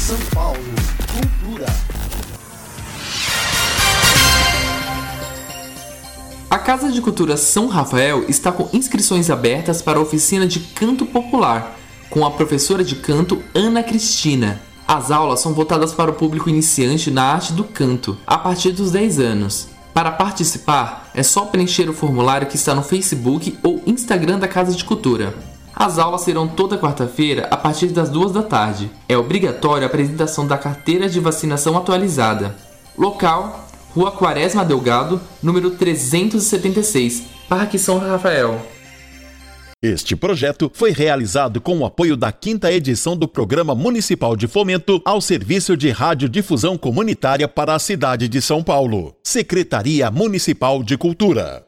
São Paulo Cultura. A Casa de Cultura São Rafael está com inscrições abertas para a oficina de canto popular, com a professora de canto Ana Cristina. As aulas são voltadas para o público iniciante na arte do canto, a partir dos 10 anos. Para participar, é só preencher o formulário que está no Facebook ou Instagram da Casa de Cultura. As aulas serão toda quarta-feira a partir das 2 da tarde. É obrigatório a apresentação da carteira de vacinação atualizada. Local: Rua Quaresma Delgado, número 376, Parque São Rafael. Este projeto foi realizado com o apoio da 5ª edição do Programa Municipal de Fomento ao Serviço de Radiodifusão Comunitária para a cidade de São Paulo. Secretaria Municipal de Cultura.